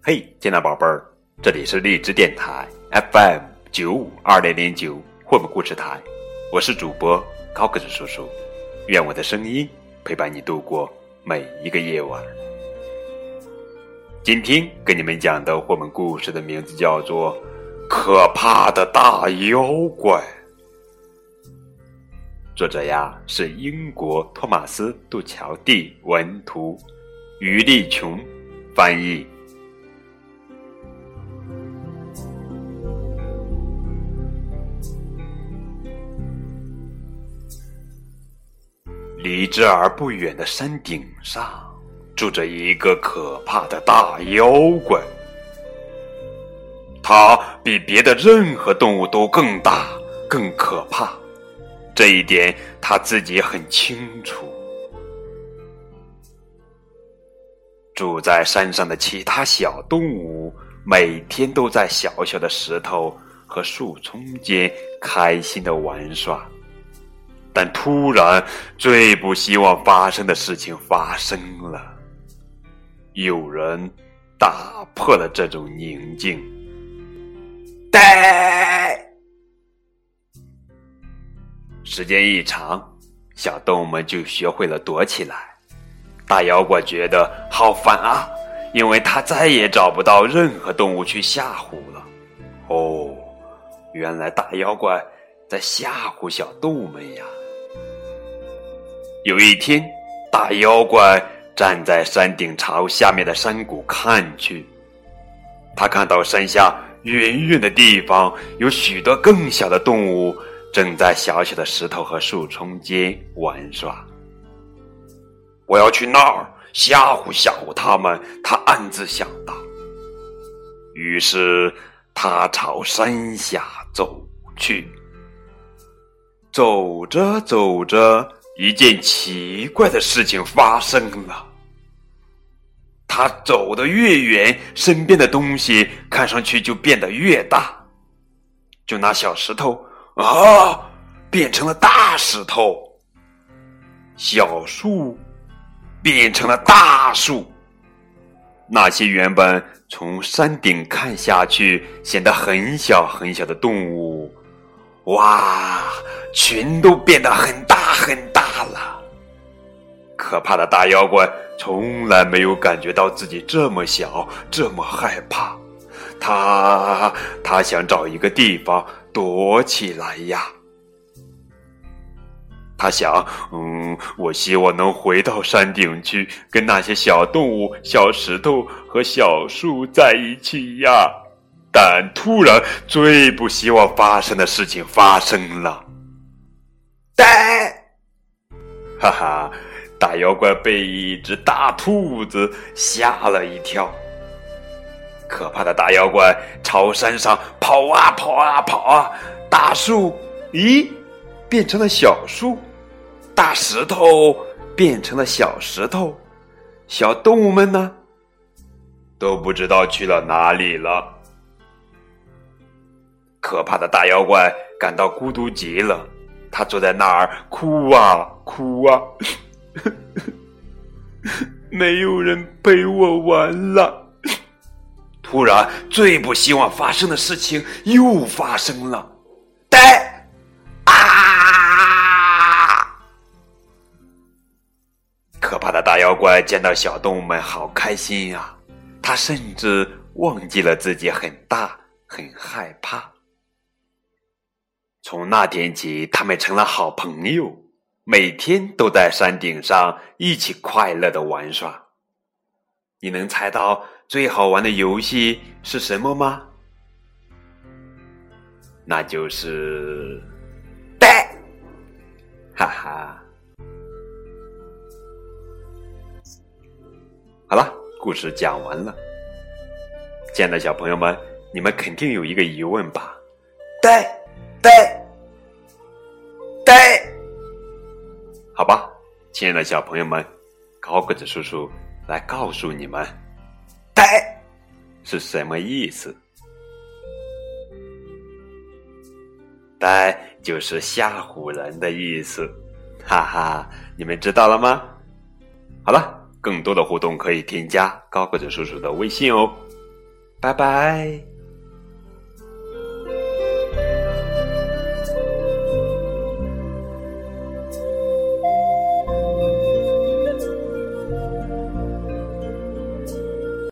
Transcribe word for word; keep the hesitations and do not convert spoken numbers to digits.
嘿，亲爱的宝贝儿，这里是荔枝电台 F M 九五二零零九绘本故事台，我是主播高个子叔叔，愿我的声音陪伴你度过每一个夜晚。今天跟你们讲的绘本故事的名字叫做《可怕的大妖怪》，作者呀是英国托马斯·杜乔蒂文图，于丽琼翻译。离这儿不远的山顶上，住着一个可怕的大妖怪。它比别的任何动物都更大、更可怕，这一点他自己很清楚。住在山上的其他小动物，每天都在小小的石头和树丛间开心地玩耍。但突然，最不希望发生的事情发生了。有人打破了这种宁静。呆！时间一长，小动物们就学会了躲起来。大妖怪觉得好烦啊，因为他再也找不到任何动物去吓唬了。哦，原来大妖怪在吓唬小动物们呀。有一天，大妖怪站在山顶朝下面的山谷看去，他看到山下远远的地方有许多更小的动物正在小小的石头和树丛间玩耍。我要去那儿吓唬吓唬他们，他暗自想到。于是他朝山下走去。走着走着，一件奇怪的事情发生了。他走得越远，身边的东西看上去就变得越大。就拿小石头啊，变成了大石头；小树变成了大树。那些原本从山顶看下去显得很小很小的动物，哇，全都变得很大很大了。可怕的大妖怪从来没有感觉到自己这么小，这么害怕。他他想找一个地方躲起来呀。他想，嗯，我希望能回到山顶去，跟那些小动物、小石头和小树在一起呀。但突然，最不希望发生的事情发生了。呆！哈哈，大妖怪被一只大兔子吓了一跳。可怕的大妖怪朝山上跑啊跑啊跑啊，大树，咦，变成了小树；大石头变成了小石头。小动物们呢，都不知道去了哪里了。可怕的大妖怪感到孤独极了，他坐在那儿哭啊哭啊，没有人陪我玩了。突然，最不希望发生的事情又发生了。呆！啊！可怕的大妖怪见到小动物们好开心呀，他甚至忘记了自己很大很害怕。从那天起，他们成了好朋友，每天都在山顶上一起快乐地玩耍。你能猜到最好玩的游戏是什么吗？那就是呆！哈哈。好了，故事讲完了。亲爱的小朋友们，你们肯定有一个疑问吧？呆呆呆，好吧，亲爱的小朋友们，高个子叔叔来告诉你们，呆是什么意思？呆就是吓唬人的意思，哈哈，你们知道了吗？好了，更多的互动可以添加高个子叔叔的微信哦。 拜拜。